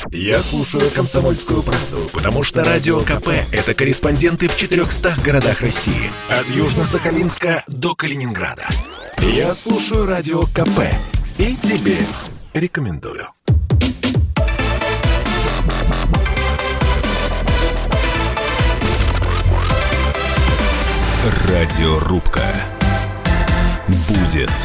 Я слушаю «Комсомольскую правду», потому что Радио КП – это корреспонденты в 400 городах России. От Южно-Сахалинска до Калининграда. Я слушаю Радио КП и тебе рекомендую. Радиорубка. Будет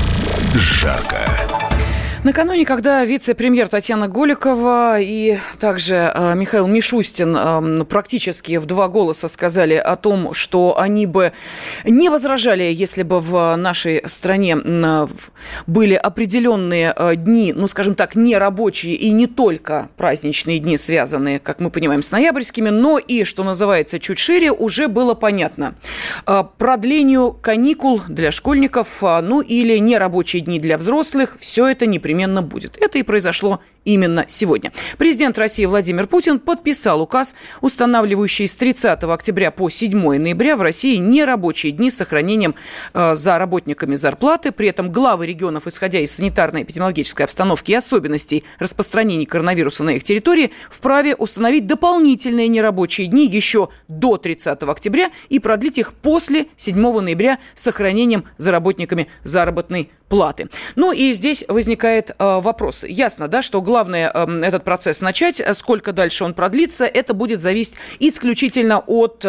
жарко. Накануне, когда вице-премьер Татьяна Голикова и также Михаил Мишустин практически в два голоса сказали о том, что они бы не возражали, если бы в нашей стране были определенные дни, ну, скажем так, нерабочие и не только праздничные дни, связанные, как мы понимаем, с ноябрьскими, но и, что называется, чуть шире, уже было понятно. Продлению каникул для школьников, ну, или нерабочие дни для взрослых, все это непременно будет. Это и произошло именно сегодня. Президент России Владимир Путин подписал указ, устанавливающий с 30 октября по 7 ноября в России нерабочие дни с сохранением за работниками зарплаты. При этом главы регионов, исходя из санитарно-эпидемиологической обстановки и особенностей распространения коронавируса на их территории, вправе установить дополнительные нерабочие дни еще до 30 октября и продлить их после 7 ноября с сохранением за работниками заработной платы. Ну и здесь возникает вопрос. Ясно, да, что главное этот процесс начать, сколько дальше он продлится, это будет зависеть исключительно от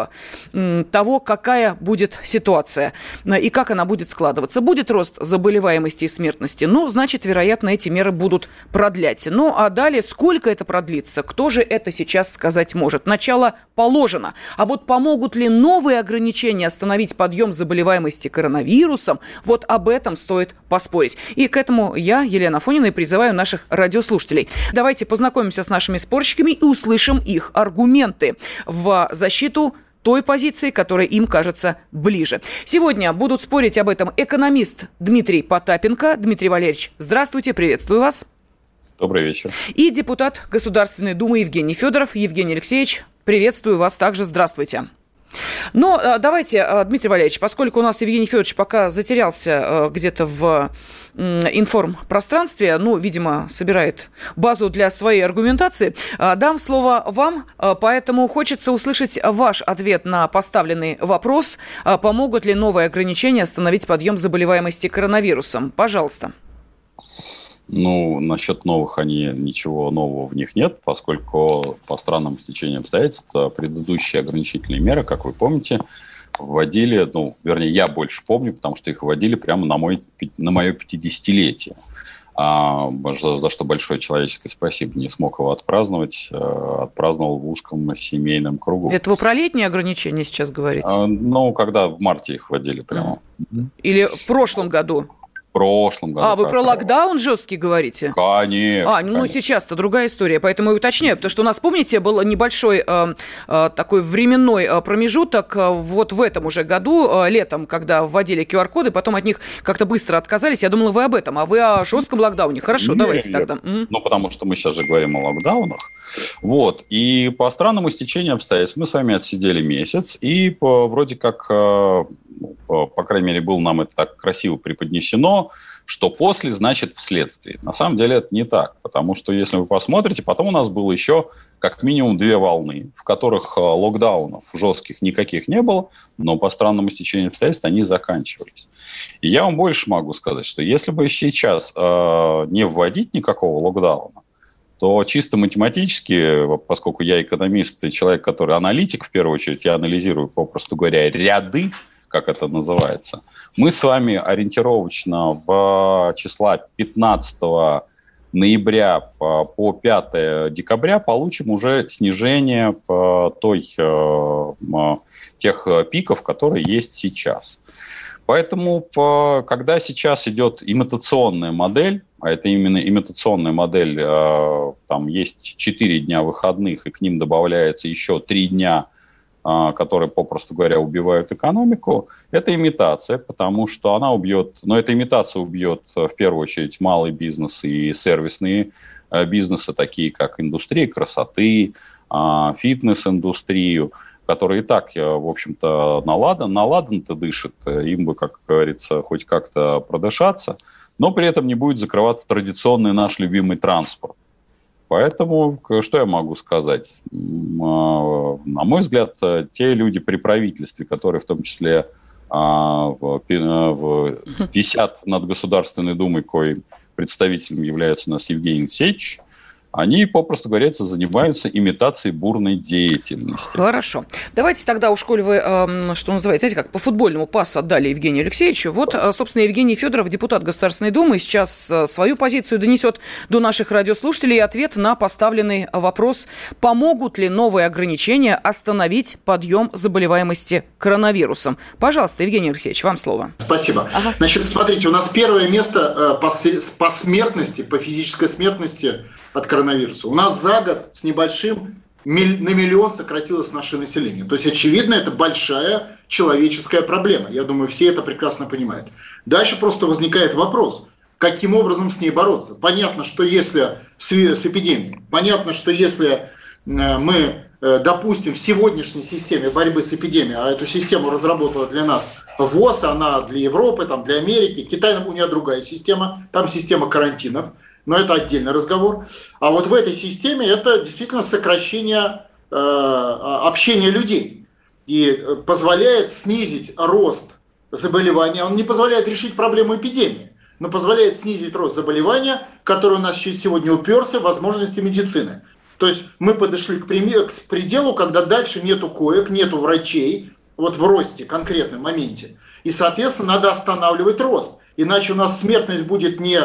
того, какая будет ситуация и как она будет складываться. Будет рост заболеваемости и смертности, ну, значит, вероятно, эти меры будут продлять. Ну, а далее, сколько это продлится, кто же это сейчас сказать может? Начало положено. А вот помогут ли новые ограничения остановить подъем заболеваемости коронавирусом? Вот об этом стоит поспорить. И к этому я, Елена Афонина, и призываю наших радиослушателей. Давайте познакомимся с нашими спорщиками и услышим их аргументы в защиту той позиции, которая им кажется ближе. Сегодня будут спорить об этом экономист Дмитрий Потапенко. Дмитрий Валерьевич, здравствуйте, приветствую вас. Добрый вечер. И депутат Государственной Думы Евгений Федоров. Евгений Алексеевич, приветствую вас также, здравствуйте. Но давайте, Дмитрий Валерьевич, поскольку у нас Евгений Федорович пока затерялся где-то в информпространстве, ну, видимо, собирает базу для своей аргументации, дам слово вам, поэтому хочется услышать ваш ответ на поставленный вопрос. Помогут ли новые ограничения остановить подъем заболеваемости коронавирусом? Пожалуйста. Ну, насчет новых ничего нового в них нет, поскольку по странному стечению обстоятельств предыдущие ограничительные меры, как вы помните, вводили, я больше помню, потому что их вводили прямо на мое 50-летие. За что большое человеческое спасибо. Не смог его отпраздновать, отпраздновал в узком семейном кругу. Это вы про летние ограничения сейчас говорите? Когда в марте их вводили прямо. Или в прошлом году? В прошлом году. Вы про локдаун жесткий говорите? Конечно. Ну сейчас-то другая история, поэтому и уточняю, потому что у нас, помните, был небольшой такой временной промежуток вот в этом уже году, летом, когда вводили QR-коды, потом от них как-то быстро отказались. Я думала, вы об этом, а вы о жестком локдауне. Хорошо, давайте тогда. Потому что мы сейчас же говорим о локдаунах. Вот. И по странному стечению обстоятельств мы с вами отсидели месяц, и вроде как, по крайней мере, было нам это так красиво преподнесено, что после значит вследствие. На самом деле это не так, потому что, если вы посмотрите, потом у нас было еще как минимум 2 волны, в которых локдаунов жестких никаких не было, но по странному стечению обстоятельств они заканчивались. И я вам больше могу сказать, что если бы сейчас не вводить никакого локдауна, то чисто математически, поскольку я экономист и человек, который аналитик, в первую очередь, я анализирую, попросту говоря, ряды, как это называется, мы с вами ориентировочно в числа 15 ноября по 5 декабря получим уже снижение тех пиков, которые есть сейчас. Поэтому, когда сейчас идет имитационная модель, а это именно имитационная модель, там есть 4 дня выходных, и к ним добавляется еще 3 дня, которые, попросту говоря, убивают экономику, это имитация, потому что она убьет, эта имитация убьет в первую очередь малый бизнес и сервисные бизнесы, такие как индустрия красоты, фитнес-индустрию, которые и так, в общем-то, наладан-то дышит, им бы, как говорится, хоть как-то продышаться, но при этом не будет закрываться традиционный наш любимый транспорт. Поэтому, что я могу сказать? На мой взгляд, те люди при правительстве, которые в том числе висят над Государственной Думой, коим представителем является у нас Евгений Алексеевич, они, попросту говоря, занимаются имитацией бурной деятельности. Хорошо. Давайте тогда, уж коль вы, что называется, знаете, как по футбольному пасу отдали Евгению Алексеевичу. Вот, собственно, Евгений Федоров, депутат Государственной Думы, сейчас свою позицию донесет до наших радиослушателей. Ответ на поставленный вопрос: помогут ли новые ограничения остановить подъем заболеваемости коронавирусом? Пожалуйста, Евгений Алексеевич, вам слово. Спасибо. Значит, смотрите, у нас первое место по смертности, по физической смертности от коронавируса. У нас за год с небольшим на миллион сократилось наше население. То есть, очевидно, это большая человеческая проблема. Я думаю, все это прекрасно понимают. Дальше просто возникает вопрос, каким образом с ней бороться. Понятно, что если с эпидемией, понятно, что если мы, допустим, в сегодняшней системе борьбы с эпидемией, а эту систему разработала для нас ВОЗ, она для Европы, там, для Америки, Китай, у нее другая система, там система карантинов, но это отдельный разговор. А вот в этой системе это действительно сокращение общения людей и позволяет снизить рост заболевания. Он не позволяет решить проблему эпидемии, но позволяет снизить рост заболевания, который у нас сегодня уперся в возможности медицины. То есть мы подошли к пределу, когда дальше нету коек, нету врачей, вот в росте, конкретном моменте. И, соответственно, надо останавливать рост. Иначе у нас смертность будет не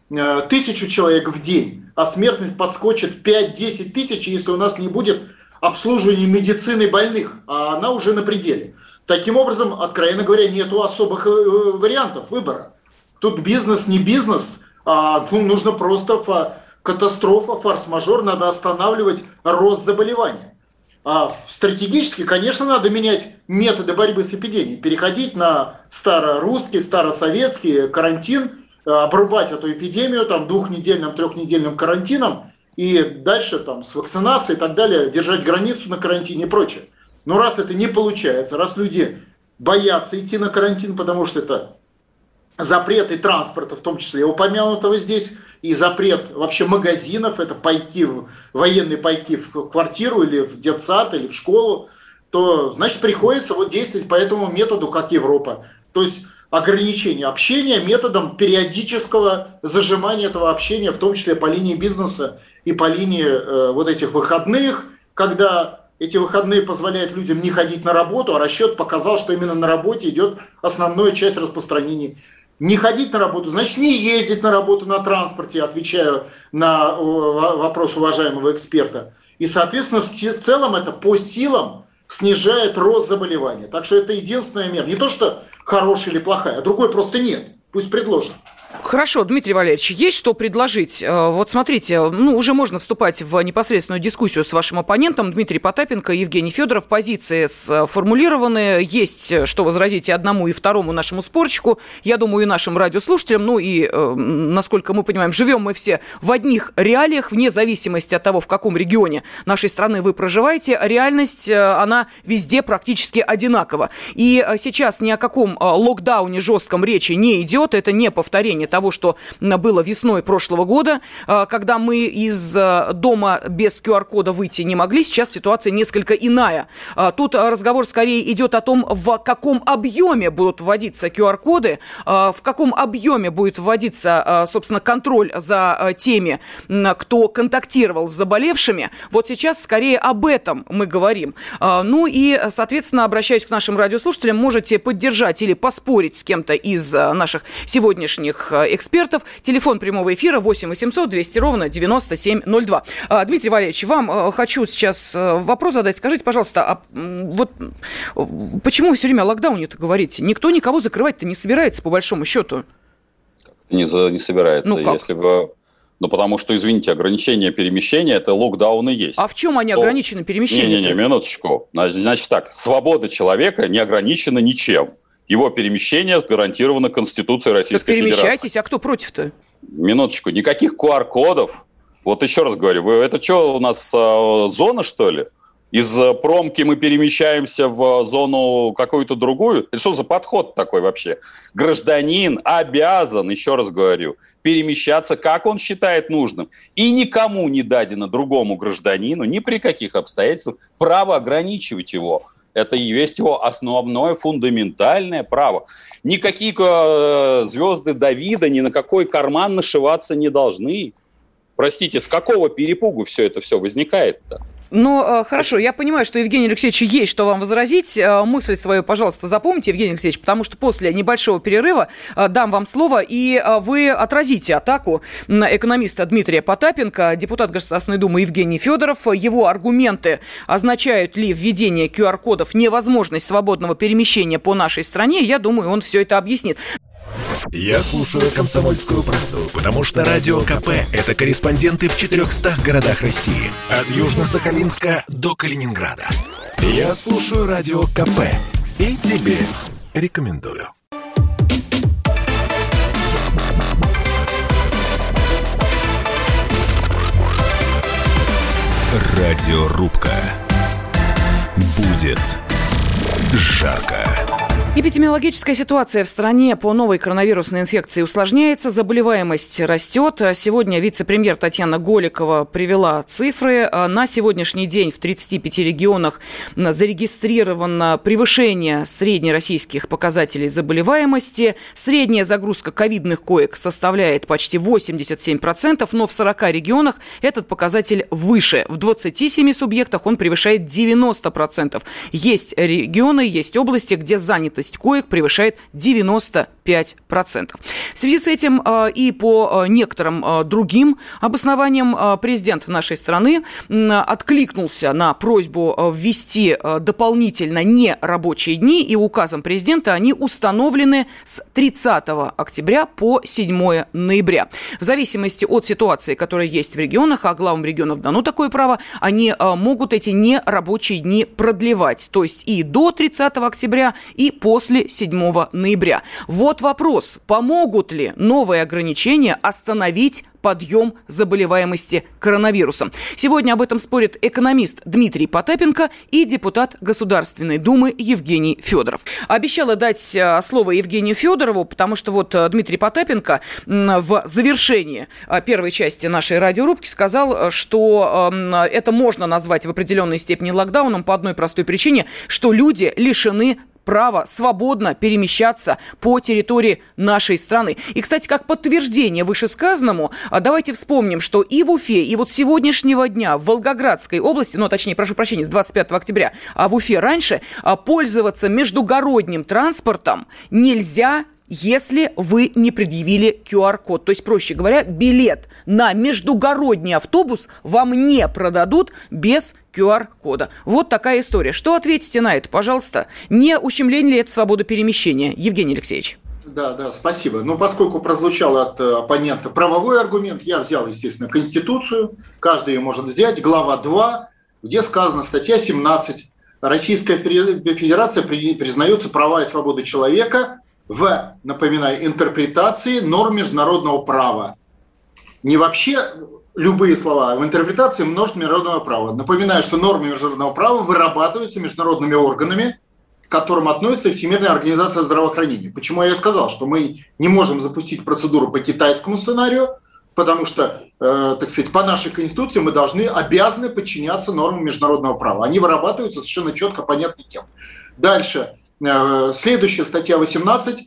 1000 человек в день, а смертность подскочит в 5-10 тысяч, если у нас не будет обслуживания медицины больных, а она уже на пределе. Таким образом, откровенно говоря, нету особых вариантов выбора. Тут бизнес, не бизнес, нужно просто катастрофа, форс-мажор, надо останавливать рост заболевания. Стратегически, конечно, надо менять методы борьбы с эпидемией, переходить на старорусский, старосоветский карантин, обрубать эту эпидемию там 2-недельным, 3-недельным карантином и дальше там с вакцинацией и так далее держать границу на карантине и прочее. Но раз это не получается, раз люди боятся идти на карантин, потому что это запреты транспорта, в том числе и упомянутого здесь, и запрет вообще магазинов, это пайки, военные пайки в квартиру или в детсад, или в школу, то, значит, приходится вот действовать по этому методу, как Европа. То есть ограничение общения методом периодического зажимания этого общения, в том числе по линии бизнеса и по линии вот этих выходных, когда эти выходные позволяют людям не ходить на работу, а расчет показал, что именно на работе идет основная часть распространения. Не ходить на работу, значит не ездить на работу на транспорте, отвечаю на вопрос уважаемого эксперта. И, соответственно, в целом это по силам снижает рост заболевания. Так что это единственная мера. Не то, что хорошая или плохая, а другой просто нет. Пусть предложат. Хорошо, Дмитрий Валерьевич, есть что предложить? Вот смотрите, уже можно вступать в непосредственную дискуссию с вашим оппонентом. Дмитрий Потапенко и Евгений Федоров. Позиции сформулированы. Есть что возразить и одному, и второму нашему спорщику. Я думаю, и нашим радиослушателям. И, насколько мы понимаем, живем мы все в одних реалиях, вне зависимости от того, в каком регионе нашей страны вы проживаете. Реальность, она везде практически одинакова. И сейчас ни о каком локдауне жестком речи не идет. Это не повторение того, что было весной прошлого года, когда мы из дома без QR-кода выйти не могли. Сейчас ситуация несколько иная. Тут разговор скорее идет о том, в каком объеме будут вводиться QR-коды, в каком объеме будет вводиться, собственно, контроль за теми, кто контактировал с заболевшими. Вот сейчас скорее об этом мы говорим. И, соответственно, обращаясь к нашим радиослушателям, можете поддержать или поспорить с кем-то из наших сегодняшних экспертов. Телефон прямого эфира 8 800 200 ровно 9702. Дмитрий Валерьевич, вам хочу сейчас вопрос задать. Скажите, пожалуйста, вот почему вы все время о локдауне-то говорите? Никто никого закрывать-то не собирается, по большому счету. Не собирается. Если бы... потому что, извините, ограничение перемещения – это локдаун и есть. А в чем они ограничены перемещением? Не, минуточку. Значит так, свобода человека не ограничена ничем. Его перемещение гарантировано Конституцией Российской Федерации. Так перемещайтесь, а кто против-то? Минуточку, никаких QR-кодов. Вот еще раз говорю, это что у нас зона, что ли? Из промки мы перемещаемся в зону какую-то другую. Это что за подход такой вообще? Гражданин обязан, еще раз говорю, перемещаться, как он считает нужным. И никому не дадено другому гражданину, ни при каких обстоятельствах, право ограничивать его. Это и есть его основное фундаментальное право. Никакие звезды Давида ни на какой карман нашиваться не должны. Простите, с какого перепугу все возникает-то? Ну, хорошо, я понимаю, что Евгению Алексеевичу есть что вам возразить. Мысль свою, пожалуйста, запомните, Евгений Алексеевич, потому что после небольшого перерыва дам вам слово, и вы отразите атаку на экономиста Дмитрия Потапенко, депутат Государственной Думы Евгений Федоров. Его аргументы, означают ли введение QR-кодов невозможность свободного перемещения по нашей стране, я думаю, он все это объяснит. Я слушаю «Комсомольскую правду», потому что Радио КП – это корреспонденты в 400 городах России. От Южно-Сахалинска до Калининграда. Я слушаю Радио КП и тебе рекомендую. Радиорубка. Будет жарко. Эпидемиологическая ситуация в стране по новой коронавирусной инфекции усложняется, заболеваемость растет. Сегодня вице-премьер Татьяна Голикова привела цифры. На сегодняшний день в 35 регионах зарегистрировано превышение среднероссийских показателей заболеваемости. Средняя загрузка ковидных коек составляет почти 87%, но в 40 регионах этот показатель выше. В 27 субъектах он превышает 90%. Есть регионы, есть области, где занятость коек превышает 95%. В связи с этим и по некоторым другим обоснованиям президент нашей страны откликнулся на просьбу ввести дополнительно нерабочие дни, и указом президента они установлены с 30 октября по 7 ноября. В зависимости от ситуации, которая есть в регионах, а главам регионов дано такое право, они могут эти нерабочие дни продлевать, то есть и до 30 октября, и после 7 ноября. Вот вопрос, помогут ли новые ограничения остановить подъем заболеваемости коронавирусом? Сегодня об этом спорит экономист Дмитрий Потапенко и депутат Государственной Думы Евгений Федоров. Обещала дать слово Евгению Федорову, потому что вот Дмитрий Потапенко в завершении первой части нашей радиорубки сказал, что это можно назвать в определенной степени локдауном по одной простой причине, что люди лишены право свободно перемещаться по территории нашей страны. И, кстати, как подтверждение вышесказанному, давайте вспомним, что и в Уфе, и вот с сегодняшнего дня в Волгоградской области, точнее, прошу прощения, с 25 октября, а в Уфе раньше, пользоваться междугородним транспортом нельзя, если вы не предъявили QR-код. То есть, проще говоря, билет на междугородний автобус вам не продадут без QR-кода. Вот такая история. Что ответите на это, пожалуйста? Не ущемление ли это свободы перемещения? Евгений Алексеевич. Да, спасибо. Поскольку прозвучал от оппонента правовой аргумент, я взял, естественно, Конституцию. Каждый ее может взять. Глава 2, где сказано, статья 17. Российская Федерация признается права и свободы человека в, напоминаю, интерпретации норм международного права. Не вообще любые слова, а в интерпретации множества международного права. Напоминаю, что нормы международного права вырабатываются международными органами, к которым относится Всемирная организация здравоохранения. Почему я сказал, что мы не можем запустить процедуру по китайскому сценарию, потому что, так сказать, по нашей Конституции мы обязаны подчиняться нормам международного права. Они вырабатываются совершенно четко, понятно тем. Дальше. Следующая статья 18.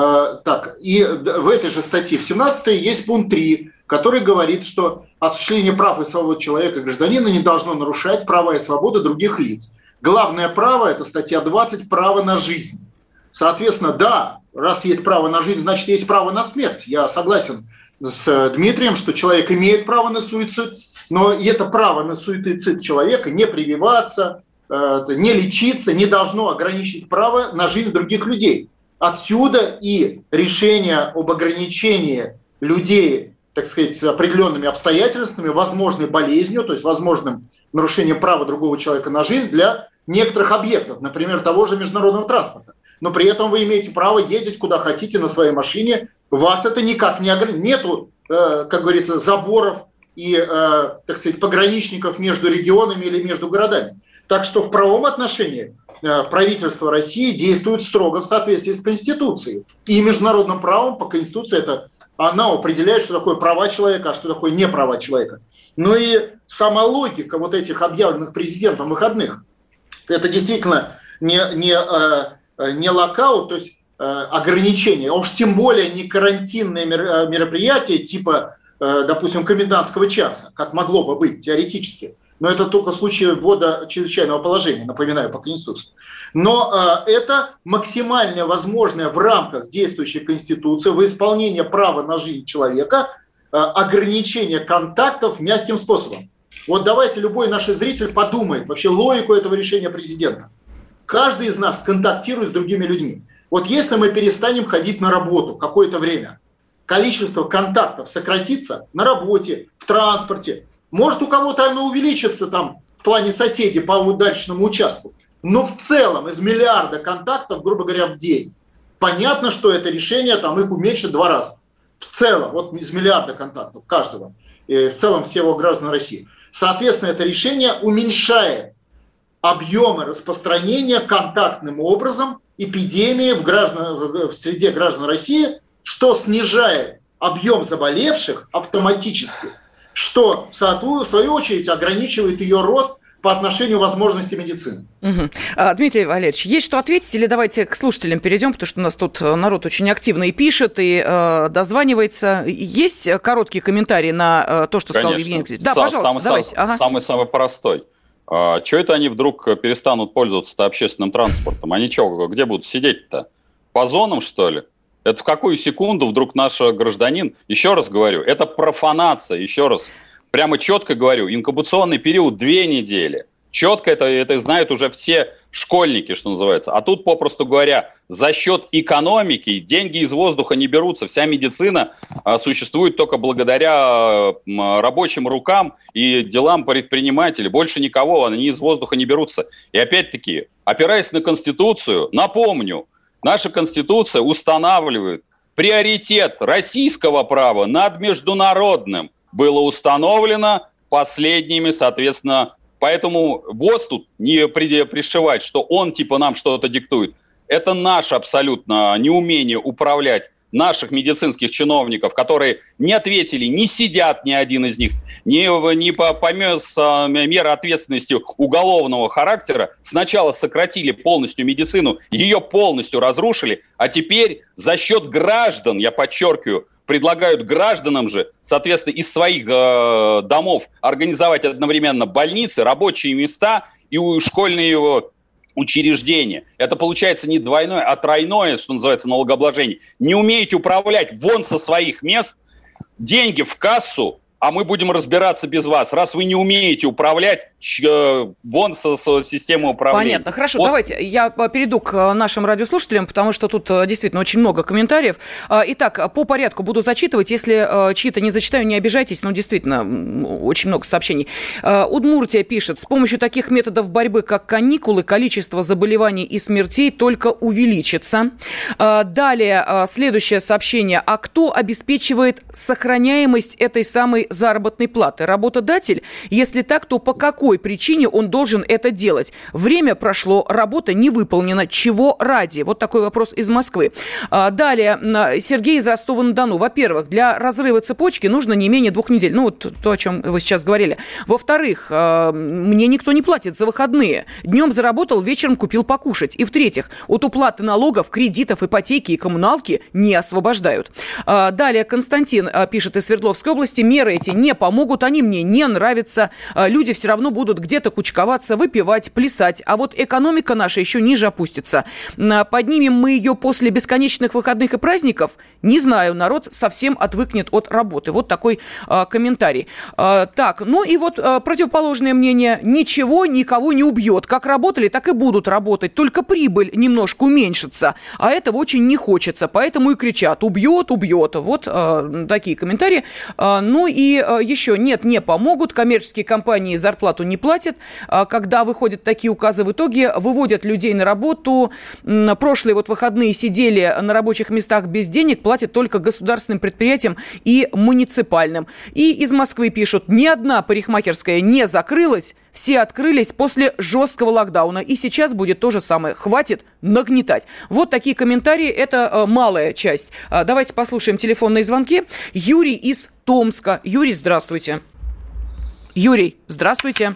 И в этой же статье в 17 есть пункт 3, который говорит, что осуществление прав и свобод человека и гражданина не должно нарушать права и свободы других лиц. Главное право – это статья 20, право на жизнь. Соответственно, да, раз есть право на жизнь, значит, есть право на смерть. Я согласен с Дмитрием, что человек имеет право на суицид, но это право на суицид человека не прививаться, не лечиться, не должно ограничить право на жизнь других людей. Отсюда и решение об ограничении людей, так сказать, с определенными обстоятельствами, возможной болезнью, то есть возможным нарушением права другого человека на жизнь для некоторых объектов, например, того же международного транспорта. Но при этом вы имеете право ездить куда хотите на своей машине, вас это никак не ограничивает. Нету, как говорится, заборов и, так сказать, пограничников между регионами или между городами. Так что в правовом отношении правительство России действует строго в соответствии с Конституцией. И международным правом по Конституции она определяет, что такое права человека, а что такое не права человека. Ну и сама логика вот этих объявленных президентом выходных, это действительно не локаут, то есть ограничения, а уж тем более не карантинные мероприятия типа, допустим, комендантского часа, как могло бы быть теоретически. Но это только в случае ввода чрезвычайного положения, напоминаю, по Конституции. Но это максимально возможное в рамках действующей Конституции во исполнение права на жизнь человека ограничение контактов мягким способом. Вот давайте любой наш зритель подумает вообще логику этого решения президента. Каждый из нас контактирует с другими людьми. Вот если мы перестанем ходить на работу какое-то время, количество контактов сократится на работе, в транспорте. Может, у кого-то оно увеличится там в плане соседей по удачному участку. Но в целом из миллиарда контактов, грубо говоря, в день, понятно, что это решение там их уменьшит 2 раза. В целом, вот из миллиарда контактов каждого, в целом всего граждан России. Соответственно, это решение уменьшает объемы распространения контактным образом эпидемии в среде граждан России, что снижает объем заболевших автоматически, что, в свою очередь, ограничивает ее рост по отношению возможностей медицины. Дмитрий Валерьевич, есть что ответить или давайте к слушателям перейдем, потому что у нас тут народ очень активно и пишет, и дозванивается. Есть короткие комментарии на то, что сказал Евгений Алексеевич? Да, пожалуйста, давайте. Самый простой. Чего это они вдруг перестанут пользоваться общественным транспортом? Они что, где будут сидеть-то? По зонам, что ли? Это в какую секунду вдруг наш гражданин, еще раз говорю, это профанация, еще раз, прямо четко говорю, инкубационный период 2 недели. Четко это знают уже все школьники, что называется. А тут, попросту говоря, за счет экономики деньги из воздуха не берутся. Вся медицина существует только благодаря рабочим рукам и делам предпринимателей. Больше никого, они из воздуха не берутся. И опять-таки, опираясь на Конституцию, напомню, наша Конституция устанавливает приоритет российского права над международным. Было установлено последними, соответственно, поэтому ВОЗ тут не пришивать, что он типа нам что-то диктует. Это наше абсолютно неумение управлять наших медицинских чиновников, которые не ответили, не сидят ни один из них, не по мере ответственности уголовного характера. Сначала сократили полностью медицину, ее полностью разрушили, а теперь за счет граждан, я подчеркиваю, предлагают гражданам же, соответственно, из своих домов организовать одновременно больницы, рабочие места и школьные учреждения. Это получается не двойное, а тройное, что называется, налогообложение. Не умеете управлять вон со своих мест, деньги в кассу, а мы будем разбираться без вас. Раз вы не умеете управлять, вон со системы управления. Понятно. Хорошо, вот. Давайте я перейду к нашим радиослушателям, потому что тут действительно очень много комментариев. Итак, по порядку буду зачитывать. Если чьи-то не зачитаю, не обижайтесь, но действительно очень много сообщений. Удмуртия пишет: с помощью таких методов борьбы, как каникулы, количество заболеваний и смертей только увеличится. Далее, следующее сообщение. А кто обеспечивает сохраняемость этой самой заработной платы? Работодатель? Если так, то по какой причине он должен это делать? Время прошло, работа не выполнена. Чего ради? Вот такой вопрос из Москвы. Далее, Сергей из Ростова-на-Дону. Во-первых, для разрыва цепочки нужно не менее 2 недель. Ну, вот то, о чем вы сейчас говорили. Во-вторых, мне никто не платит за выходные. Днем заработал, вечером купил покушать. И в-третьих, от уплаты налогов, кредитов, ипотеки и коммуналки не освобождают. Далее, Константин пишет из Свердловской области. Меры эти не помогут, они мне не нравятся. Люди все равно будут где-то кучковаться, выпивать, плясать. А вот экономика наша еще ниже опустится. Поднимем мы ее после бесконечных выходных и праздников? Не знаю, народ совсем отвыкнет от работы. Вот такой комментарий. Так, ну и вот противоположное мнение. Ничего никого не убьет. Как работали, так и будут работать. Только прибыль немножко уменьшится. А этого очень не хочется. Поэтому и кричат: убьет, убьет. Вот такие комментарии. Ну и И еще нет, не помогут. Коммерческие компании зарплату не платят. Когда выходят такие указы, в итоге выводят людей на работу. Прошлые выходные сидели на рабочих местах без денег, платят только государственным предприятиям и муниципальным. И из Москвы пишут: ни одна парикмахерская не закрылась, все открылись после жесткого локдауна. И сейчас будет то же самое. Хватит нагнетать. Вот такие комментарии. Это малая часть. Давайте послушаем телефонные звонки. Юрий из Томска. Юрий, здравствуйте. Юрий, здравствуйте.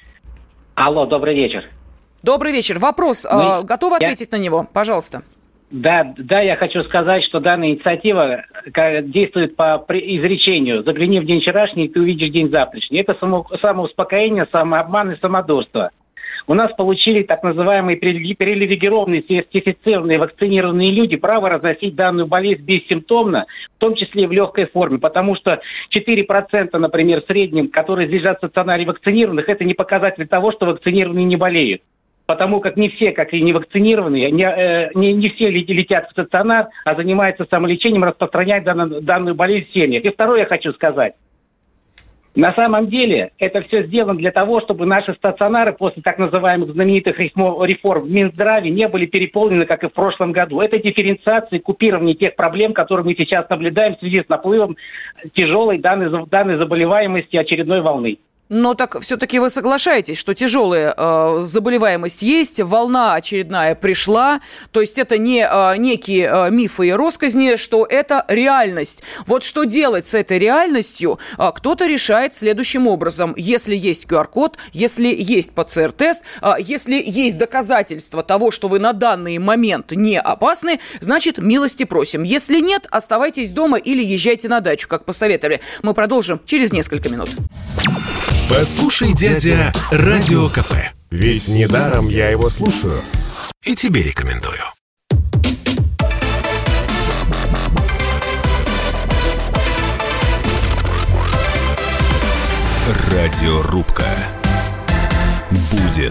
Алло, добрый вечер. Добрый вечер. Вопрос. Готовы ответить на него? Пожалуйста. Да, я хочу сказать, что данная инициатива действует по изречению: загляни в день вчерашний, и ты увидишь день завтрашний. Это самоуспокоение, самообман и самодурство. У нас получили так называемые привилегированные, сертифицированные, вакцинированные люди право разносить данную болезнь бессимптомно, в том числе и в легкой форме, потому что 4%, например, в среднем, которые лежат в стационаре вакцинированных, это не показатель того, что вакцинированные не болеют. Потому как не все, как и не вакцинированные, не все летят в стационар, а занимаются самолечением, распространяют данную болезнь в семьях. И второе я хочу сказать. На самом деле это все сделано для того, чтобы наши стационары после так называемых знаменитых реформ в Минздраве не были переполнены, как и в прошлом году. Это дифференциация и купирование тех проблем, которые мы сейчас наблюдаем в связи с наплывом тяжелой данной заболеваемости очередной волны. Но так все-таки вы соглашаетесь, что тяжелая заболеваемость есть, волна очередная пришла, то есть это не некие мифы и россказни, что это реальность. Вот что делать с этой реальностью, кто-то решает следующим образом. Если есть QR-код, если есть ПЦР-тест, если есть доказательства того, что вы на данный момент не опасны, значит, милости просим. Если нет, оставайтесь дома или езжайте на дачу, как посоветовали. Мы продолжим через несколько минут. Послушай, дядя, Радио КП. Ведь недаром я его слушаю. И тебе рекомендую. Радиорубка. Будет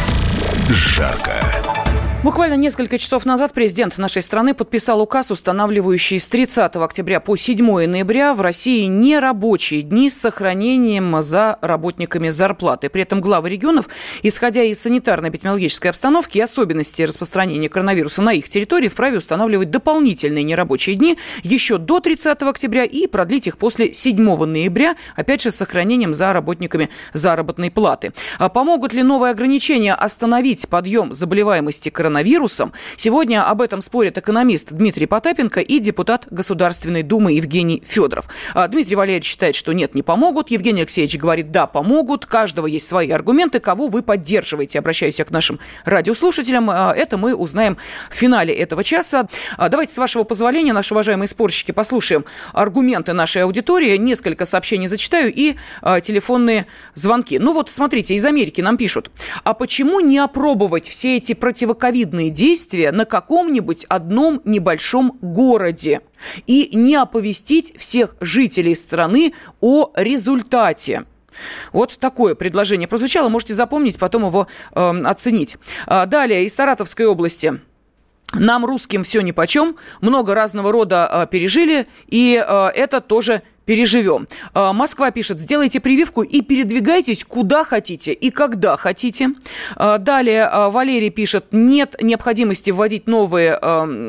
жарко. Буквально несколько часов назад президент нашей страны подписал указ, устанавливающий с 30 октября по 7 ноября в России нерабочие дни с сохранением за работниками зарплаты. При этом главы регионов, исходя из санитарно-эпидемиологической обстановки и особенностей распространения коронавируса на их территории, вправе устанавливать дополнительные нерабочие дни еще до 30 октября и продлить их после 7 ноября, опять же, с сохранением за работниками заработной платы. А помогут ли новые ограничения остановить подъем заболеваемости коронавирусом? Сегодня об этом спорят экономист Дмитрий Потапенко и депутат Государственной Думы Евгений Федоров. Дмитрий Валерьевич считает, что нет, не помогут. Евгений Алексеевич говорит, да, помогут. У каждого есть свои аргументы. Кого вы поддерживаете? Обращаюсь я к нашим радиослушателям. Это мы узнаем в финале этого часа. Давайте, с вашего позволения, наши уважаемые спорщики, послушаем аргументы нашей аудитории. Несколько сообщений зачитаю и телефонные звонки. Ну вот, смотрите, из Америки нам пишут. А почему не опробовать все эти противоковидные действия на каком-нибудь одном небольшом городе и не оповестить всех жителей страны о результате? Вот такое предложение прозвучало. Можете запомнить, потом его оценить. Далее, из Саратовской области. Нам, русским, все нипочем. Много разного рода пережили, и это тоже переживем. Москва пишет, сделайте прививку и передвигайтесь куда хотите и когда хотите. Далее Валерий пишет, нет необходимости вводить новые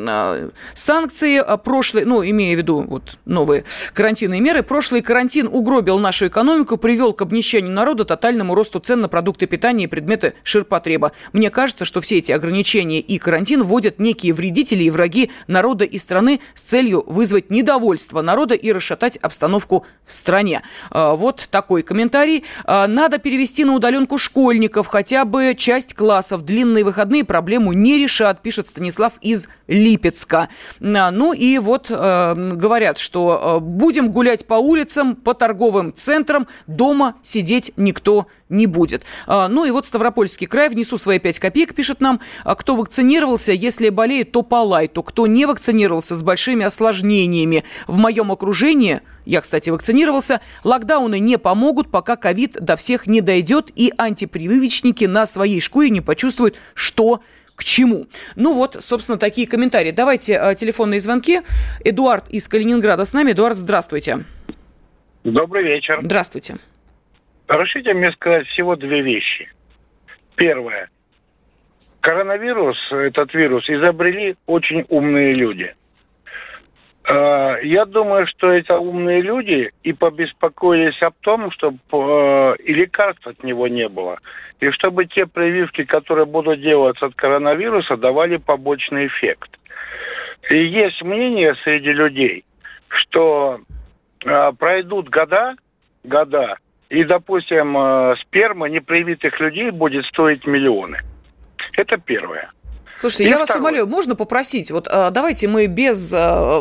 санкции. Прошлый, имея в виду вот новые карантинные меры, прошлый карантин угробил нашу экономику, привел к обнищанию народа, тотальному росту цен на продукты питания и предметы ширпотреба. Мне кажется, что все эти ограничения и карантин вводят некие вредители и враги народа и страны с целью вызвать недовольство народа и расшатать обстановку в стране. Вот такой комментарий. Надо перевести на удаленку школьников, хотя бы часть классов. Длинные выходные проблему не решат, пишет Станислав из Липецка. Ну и вот говорят, что будем гулять по улицам, по торговым центрам, дома сидеть никто не будет. Ну и вот Ставропольский край, внесу свои 5 копеек, пишет нам, кто вакцинировался, если болеет, то по лайту, кто не вакцинировался, с большими осложнениями. В моем окружении, я, кстати, вакцинировался, локдауны не помогут, пока ковид до всех не дойдет и антипрививочники на своей шкуре не почувствуют, что к чему. Ну вот, собственно, такие комментарии. Давайте телефонные звонки. Эдуард из Калининграда с нами. Эдуард, здравствуйте. Добрый вечер. Здравствуйте. Разрешите мне сказать всего две вещи. Первое. Коронавирус, этот вирус, изобрели очень умные люди. Я думаю, что эти умные люди и побеспокоились об том, чтобы и лекарств от него не было. И чтобы те прививки, которые будут делаться от коронавируса, давали побочный эффект. И есть мнение среди людей, что пройдут года, и, допустим, сперма непривитых людей будет стоить миллионы. Это первое. Слушайте, я вас умоляю, можно попросить, вот давайте мы без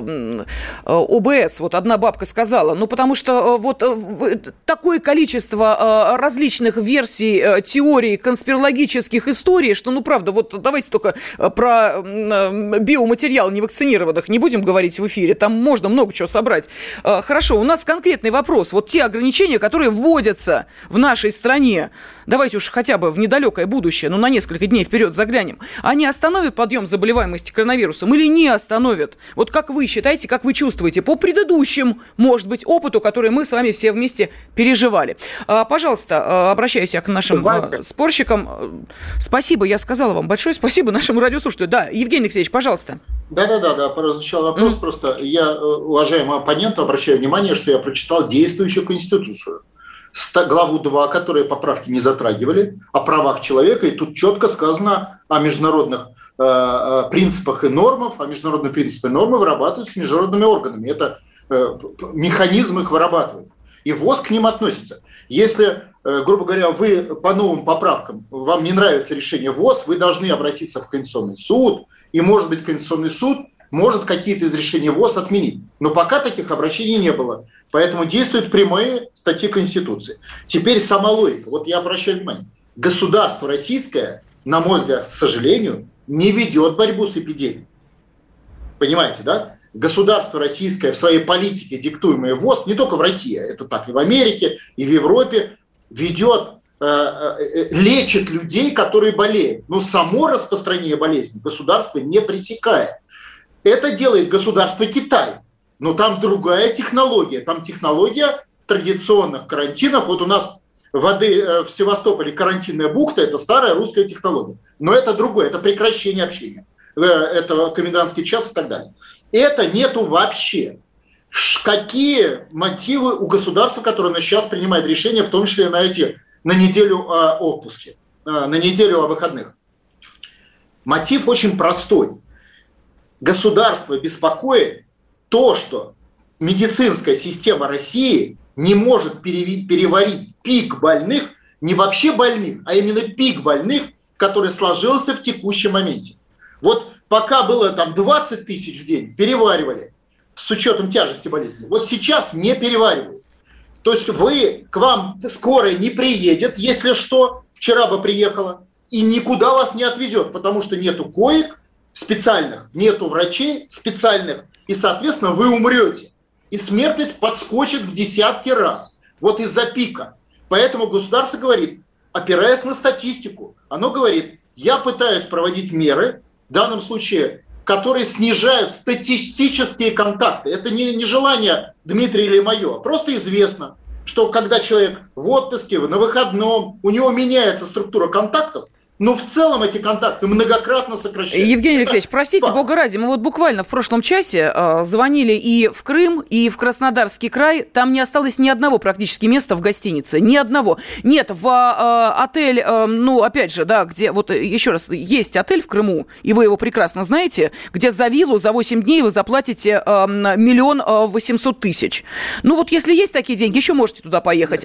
ОБС, вот одна бабка сказала, ну потому что вот такое количество различных версий, теорий, конспирологических историй, что, ну правда, вот давайте только про биоматериал невакцинированных не будем говорить в эфире, там можно много чего собрать. Хорошо, у нас конкретный вопрос, вот те ограничения, которые вводятся в нашей стране, давайте уж хотя бы в недалекое будущее, ну на несколько дней вперед заглянем, они остановят подъем заболеваемости коронавирусом или не остановят? Вот как вы считаете, как вы чувствуете по предыдущим, может быть, опыту, который мы с вами все вместе переживали? Пожалуйста, обращаюсь я к нашим спорщикам. Спасибо, я сказала вам большое спасибо нашему радиослушателю. Да, Евгений Алексеевич, пожалуйста. Да, прозвучал вопрос. Просто я, уважаемому оппоненту, обращаю внимание, что я прочитал действующую Конституцию. Главу 2, которые поправки не затрагивали, о правах человека, и тут четко сказано о международных принципах и нормах, а международные принципы и нормы вырабатываются международными органами. Это механизм их вырабатывает. И ВОЗ к ним относится. Если, грубо говоря, вы по новым поправкам, вам не нравится решение ВОЗ, вы должны обратиться в Конституционный суд, и, может быть, Конституционный суд может какие-то из решений ВОЗ отменить. Но пока таких обращений не было. Поэтому действуют прямые статьи Конституции. Теперь сама логика. Вот я обращаю внимание. Государство российское, на мой взгляд, к сожалению, не ведет борьбу с эпидемией. Понимаете, да? Государство российское в своей политике, диктуемое ВОЗ, не только в России, это так и в Америке, и в Европе, ведет, лечит людей, которые болеют. Но само распространение болезни государство не пресекает. Это делает государство Китай. Но там другая технология. Там технология традиционных карантинов. Вот у нас в Севастополе карантинная бухта – это старая русская технология. Но это другое, это прекращение общения. Это комендантский час и так далее. Это нету вообще. Какие мотивы у государства, которое сейчас принимает решения, в том числе на неделю о отпуске, на неделю о выходных? Мотив очень простой. Государство беспокоит то, что медицинская система России не может переварить пик больных, не вообще больных, а именно пик больных, который сложился в текущем моменте. Вот пока было там 20 тысяч в день, переваривали с учетом тяжести болезни. Вот сейчас не переваривают. То есть к вам скорая не приедет, если что, вчера бы приехала, и никуда вас не отвезет, потому что нету коек специальных, нету врачей специальных, и, соответственно, вы умрете. И смертность подскочит в десятки раз. Вот из-за пика. Поэтому государство говорит, опираясь на статистику, оно говорит, я пытаюсь проводить меры, в данном случае, которые снижают статистические контакты. Это не желание Дмитрия или мое, а просто известно, что когда человек в отпуске, на выходном, у него меняется структура контактов, но в целом эти контакты многократно сокращаются. Евгений Алексеевич, простите, бога ради, мы вот буквально в прошлом часе звонили и в Крым, и в Краснодарский край. Там не осталось ни одного практически места в гостинице. Ни одного. Нет, в отель, опять же, да, где, вот еще раз, есть отель в Крыму, и вы его прекрасно знаете, где за виллу за 8 дней вы заплатите 1 800 000. Ну вот если есть такие деньги, еще можете туда поехать.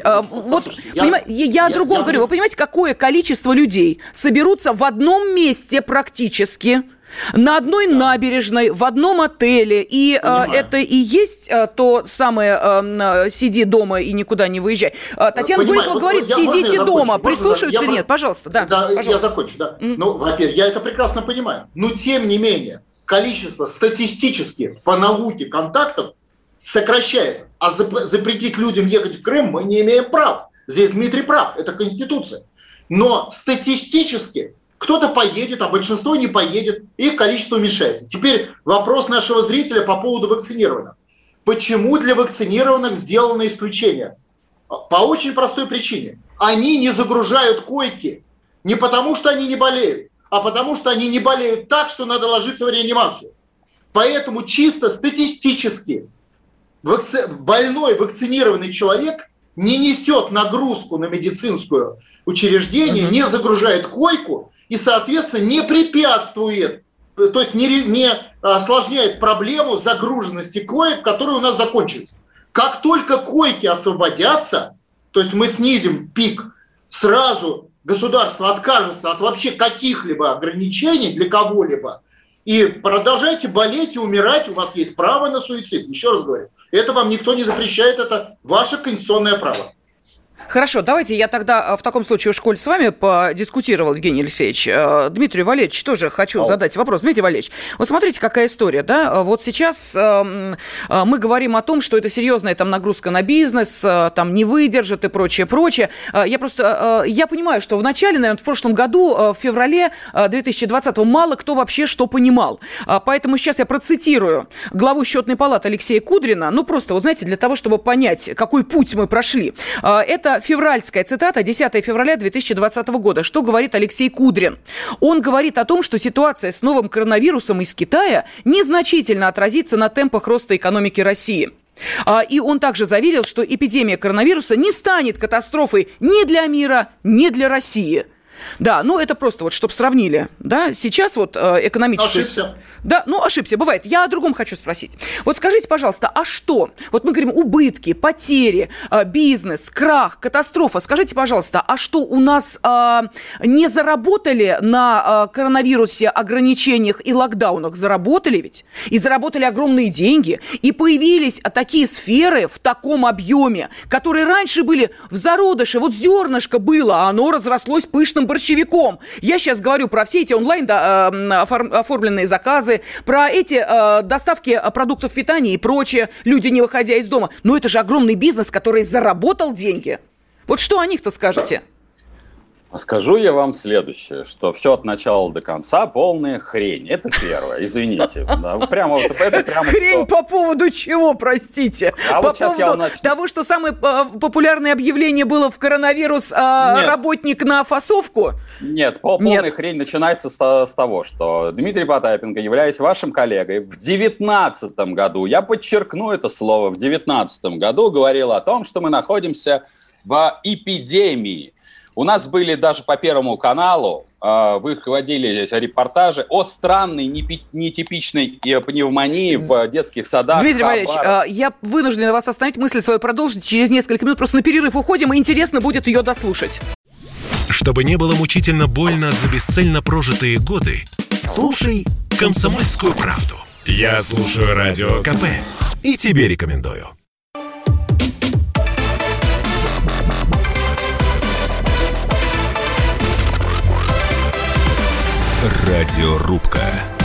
Я о другом говорю. Вы понимаете, какое количество людей соберутся в одном месте практически, на одной набережной, в одном отеле. И это и есть то самое «сиди дома и никуда не выезжай». Татьяна Голикова говорит, сидите дома. Прислушиваются или нет? Пожалуйста. Да, пожалуйста. Я закончу. Да. Ну, во-первых, я это прекрасно понимаю. Но, тем не менее, количество статистически по науке контактов сокращается. А запретить людям ехать в Крым мы не имеем права. Здесь Дмитрий прав. Это Конституция. Но статистически кто-то поедет, а большинство не поедет, их количество уменьшается. Теперь вопрос нашего зрителя по поводу вакцинированных. Почему для вакцинированных сделано исключение? По очень простой причине. Они не загружают койки не потому, что они не болеют, а потому, что они не болеют так, что надо ложиться в реанимацию. Поэтому чисто статистически больной вакцинированный человек не несет нагрузку на медицинское учреждение, не загружает койку и, соответственно, не препятствует, то есть не осложняет проблему загруженности коек, которые у нас закончились. Как только койки освободятся, то есть мы снизим пик, сразу государство откажется от вообще каких-либо ограничений для кого-либо, и продолжайте болеть и умирать, у вас есть право на суицид. Еще раз говорю, это вам никто не запрещает, это ваше конституционное право. Хорошо, давайте я тогда в таком случае, Школь, с вами подискутировал, Евгений Алексеевич. Дмитрию Валерьевичу тоже хочу задать вопрос. Дмитрий Валерьевич, вот смотрите, какая история, да? Вот сейчас мы говорим о том, что это серьезная там нагрузка на бизнес, там не выдержит и прочее, прочее. Я понимаю, что в начале, наверное, в прошлом году, в феврале 2020-го мало кто вообще что понимал. Поэтому сейчас я процитирую главу Счетной палаты Алексея Кудрина, ну просто, вот знаете, для того, чтобы понять, какой путь мы прошли. Это февральская цитата, 10 февраля 2020 года. Что говорит Алексей Кудрин? Он говорит о том, что ситуация с новым коронавирусом из Китая незначительно отразится на темпах роста экономики России. И он также заверил, что эпидемия коронавируса не станет катастрофой ни для мира, ни для России. Да, ну это просто вот, чтобы сравнили, да, сейчас вот экономически... Ошибся. Да, ну ошибся, бывает. Я о другом хочу спросить. Вот скажите, пожалуйста, а что? Вот мы говорим убытки, потери, бизнес, крах, катастрофа. Скажите, пожалуйста, а что у нас не заработали на коронавирусе, ограничениях и локдаунах? Заработали ведь? И заработали огромные деньги. И появились такие сферы в таком объеме, которые раньше были в зародыше. Вот зернышко было, а оно разрослось пышным борщевиком. Я сейчас говорю про все эти онлайн оформленные заказы, про эти доставки продуктов питания и прочее, люди не выходя из дома. Но это же огромный бизнес, который заработал деньги. Вот что о них-то скажете? Скажу я вам следующее, что все от начала до конца полная хрень. Это первое, извините. Хрень по поводу чего, простите? По поводу того, что самое популярное объявление было в коронавирус работник на фасовку? Нет, полная хрень начинается с того, что Дмитрий Потапенко, являясь вашим коллегой, в 2019 году, я подчеркну это слово, в 2019 году говорил о том, что мы находимся в эпидемии. У нас были даже по Первому каналу, выходили репортажи о странной, нетипичной пневмонии в детских садах. Дмитрий Валерьевич, я вынуждена вас остановить, мысль свою продолжить. Через несколько минут просто на перерыв уходим, и интересно будет ее дослушать. Чтобы не было мучительно больно за бесцельно прожитые годы, слушай «Комсомольскую правду». Я слушаю Радио КП и тебе рекомендую. Радиорубка.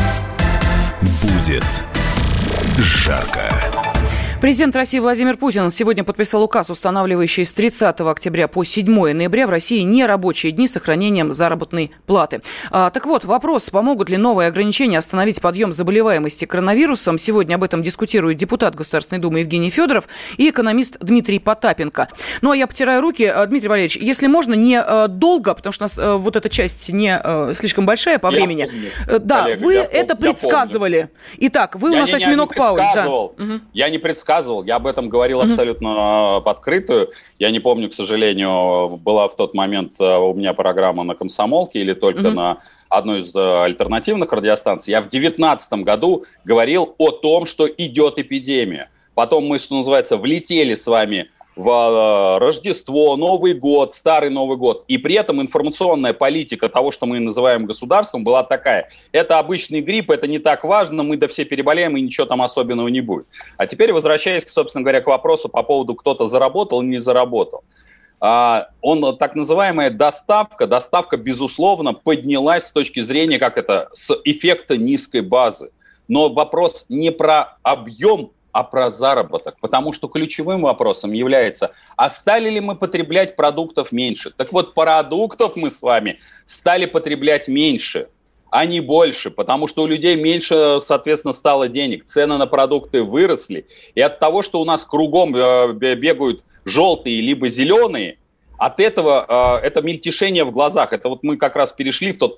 Будет жарко. Президент России Владимир Путин сегодня подписал указ, устанавливающий с 30 октября по 7 ноября в России нерабочие дни с сохранением заработной платы. Так вот, вопрос, помогут ли новые ограничения остановить подъем заболеваемости коронавирусом. Сегодня об этом дискутирует депутат Государственной Думы Евгений Федоров и экономист Дмитрий Потапенко. Ну, а я потираю руки. Дмитрий Валерьевич, если можно, не долго, потому что у нас вот эта часть не слишком большая по времени. Помню, да, коллега, вы это предсказывали. Итак, вы у нас осьминог Пауль. Я не предсказывал, я об этом говорил абсолютно в открытую. Я не помню, к сожалению, была в тот момент у меня программа на «Комсомолке» или только на одной из альтернативных радиостанций. Я в 2019 году говорил о том, что идет эпидемия. Потом мы, что называется, влетели с вами в Рождество, Новый год, Старый Новый год. И при этом информационная политика того, что мы называем государством, была такая. Это обычный грипп, это не так важно, мы да все переболеем, и ничего там особенного не будет. А теперь, возвращаясь, собственно говоря, к вопросу по поводу, кто-то заработал или не заработал. Так называемая доставка, безусловно, поднялась с точки зрения, с эффекта низкой базы. Но вопрос не про объем, а про заработок. Потому что ключевым вопросом является, а стали ли мы потреблять продуктов меньше? Так вот, продуктов мы с вами стали потреблять меньше. а не больше, потому что у людей меньше, соответственно, стало денег, цены на продукты выросли, и от того, что у нас кругом бегают желтые либо зеленые, от этого это мельтешение в глазах. Это вот мы как раз перешли в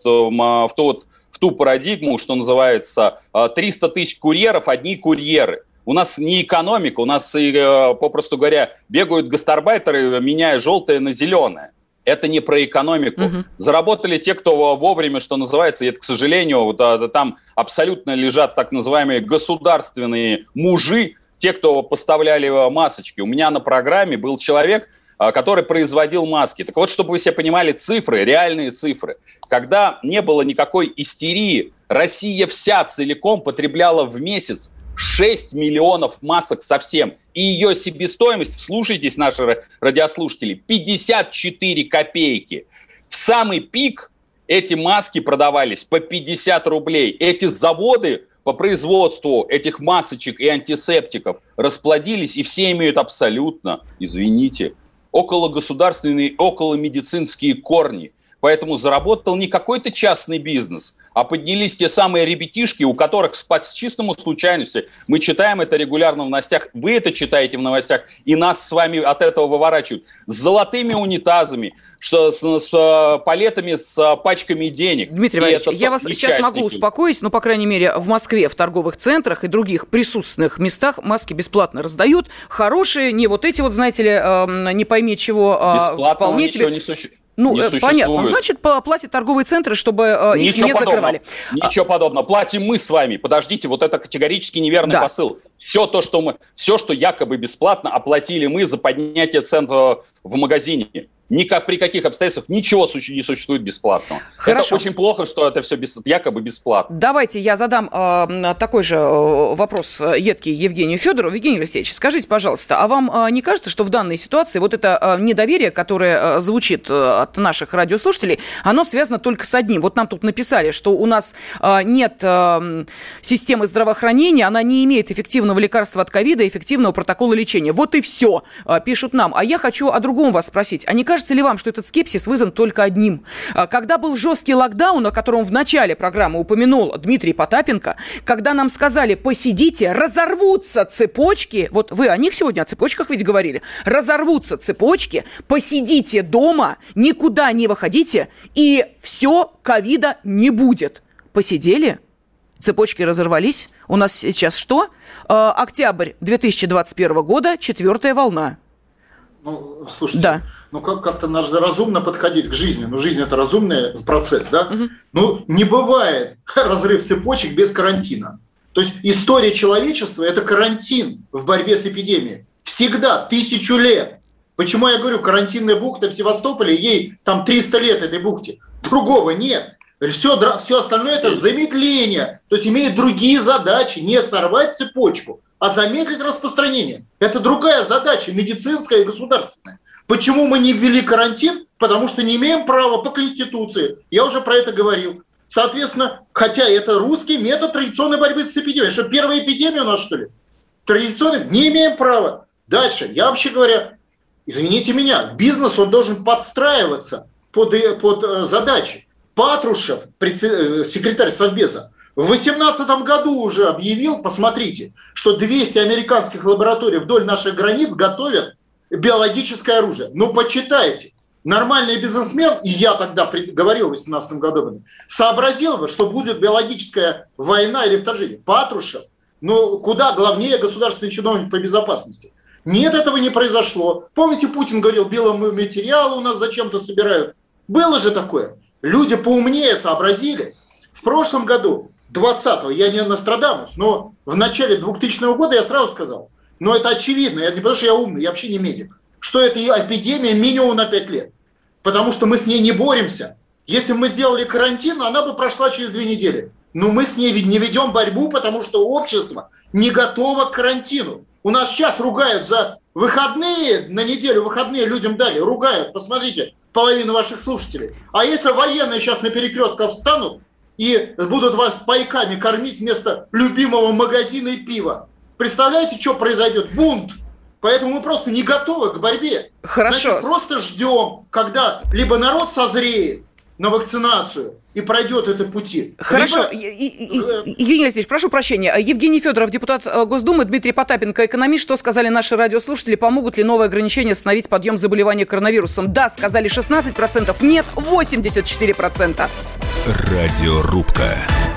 ту парадигму, что называется 300 тысяч курьеров, одни курьеры. У нас не экономика, у нас, попросту говоря, бегают гастарбайтеры, меняя желтое на зеленое. Это не про экономику. Заработали те, кто вовремя, что называется, и это, к сожалению, вот, там абсолютно лежат так называемые государственные мужи, те, кто поставляли масочки. У меня на программе был человек, который производил маски. Так вот, чтобы вы себе понимали цифры, реальные цифры. Когда не было никакой истерии, Россия вся целиком потребляла в месяц 6 миллионов масок совсем. И ее себестоимость, вслушайтесь, наши радиослушатели, 54 копейки. В самый пик эти маски продавались по 50 рублей. Эти заводы по производству этих масочек и антисептиков расплодились, и все имеют абсолютно, извините, окологосударственные, околомедицинские корни. Поэтому заработал не какой-то частный бизнес, а поднялись те самые ребятишки, у которых по чистому случайности, мы читаем это регулярно в новостях, вы это читаете в новостях, и нас с вами от этого выворачивают, с золотыми унитазами, с палетами, с пачками денег. Дмитрий Валерьевич, я вас сейчас могу успокоить, но, по крайней мере, в Москве, в торговых центрах и других присутственных местах маски бесплатно раздают. Хорошие, не вот эти вот, знаете ли, не пойми чего, вполне себе... Не существует. Ну, понятно. Значит, платят торговые центры, чтобы их не закрывали. Ничего подобного. Платим мы с вами. Подождите, вот это категорически неверный посыл. Все, что якобы бесплатно, оплатили мы за поднятие цен в магазине. При каких обстоятельствах ничего не существует бесплатного. Хорошо. Это очень плохо, что это все якобы бесплатно. Давайте я задам такой же вопрос едкий Евгению Федорову. Евгений Алексеевич, скажите, пожалуйста, а вам не кажется, что в данной ситуации вот это недоверие, которое звучит от наших радиослушателей, оно связано только с одним? Вот нам тут написали, что у нас нет системы здравоохранения, она не имеет эффективного лекарства от ковида, эффективного протокола лечения. Вот и все, пишут нам. А я хочу о другом вас спросить. А не кажется ли вам, что этот скепсис вызван только одним? Когда был жесткий локдаун, о котором в начале программы упомянул Дмитрий Потапенко, когда нам сказали, посидите, разорвутся цепочки, вот вы о них сегодня, о цепочках ведь говорили, разорвутся цепочки, посидите дома, никуда не выходите, и все, ковида не будет. Посидели? Цепочки разорвались. У нас сейчас что? Октябрь 2021 года, 4-я волна. Ну, слушайте, как-то надо разумно подходить к жизни. Ну, жизнь – это разумный процесс, да? Ну, не бывает разрыв цепочек без карантина. То есть история человечества – это карантин в борьбе с эпидемией. Всегда, 1000 лет. Почему я говорю, карантинная бухта в Севастополе, ей там 300 лет этой бухте. Другого нет. Все остальное – это замедление. То есть имеет другие задачи. Не сорвать цепочку, а замедлить распространение. Это другая задача, медицинская и государственная. Почему мы не ввели карантин? Потому что не имеем права по Конституции. Я уже про это говорил. Соответственно, хотя это русский метод традиционной борьбы с эпидемией. Что, первая эпидемия у нас, что ли? Традиционная? Не имеем права. Дальше. Я вообще говоря, извините меня, бизнес, он должен подстраиваться под задачи. Патрушев, секретарь Совбеза, в 2018 году уже объявил, посмотрите, что 200 американских лабораторий вдоль наших границ готовят биологическое оружие. Ну, почитайте. Нормальный бизнесмен, и я тогда говорил в 2018 году, сообразил бы, что будет биологическая война или вторжение. Патрушев, ну, куда главнее государственный чиновник по безопасности. Нет, этого не произошло. Помните, Путин говорил, биоматериалы у нас зачем-то собирают. Было же такое. Люди поумнее сообразили. В прошлом году, 20-го, я не Нострадамус, но в начале 2000 года я сразу сказал, но это очевидно, не потому что я умный, я вообще не медик, что это эпидемия минимум на 5 лет. Потому что мы с ней не боремся. Если бы мы сделали карантин, она бы прошла через 2 недели. Но мы с ней не ведем борьбу, потому что общество не готово к карантину. У нас сейчас ругают за выходные, на неделю выходные людям дали, ругают, посмотрите, половину ваших слушателей. А если военные сейчас на перекрестках встанут и будут вас пайками кормить вместо любимого магазина и пива, представляете, что произойдет? Бунт. Поэтому мы просто не готовы к борьбе. Хорошо. Значит, просто ждем, когда либо народ созреет, на вакцинацию и пройдет это пути. Хорошо. Евгений Алексеевич, прошу прощения. Евгений Федоров, депутат Госдумы, Дмитрий Потапенко, экономист. Что сказали наши радиослушатели? Помогут ли новые ограничения остановить подъем заболевания коронавирусом? Да, сказали 16%. Нет, 84%. Радиорубка.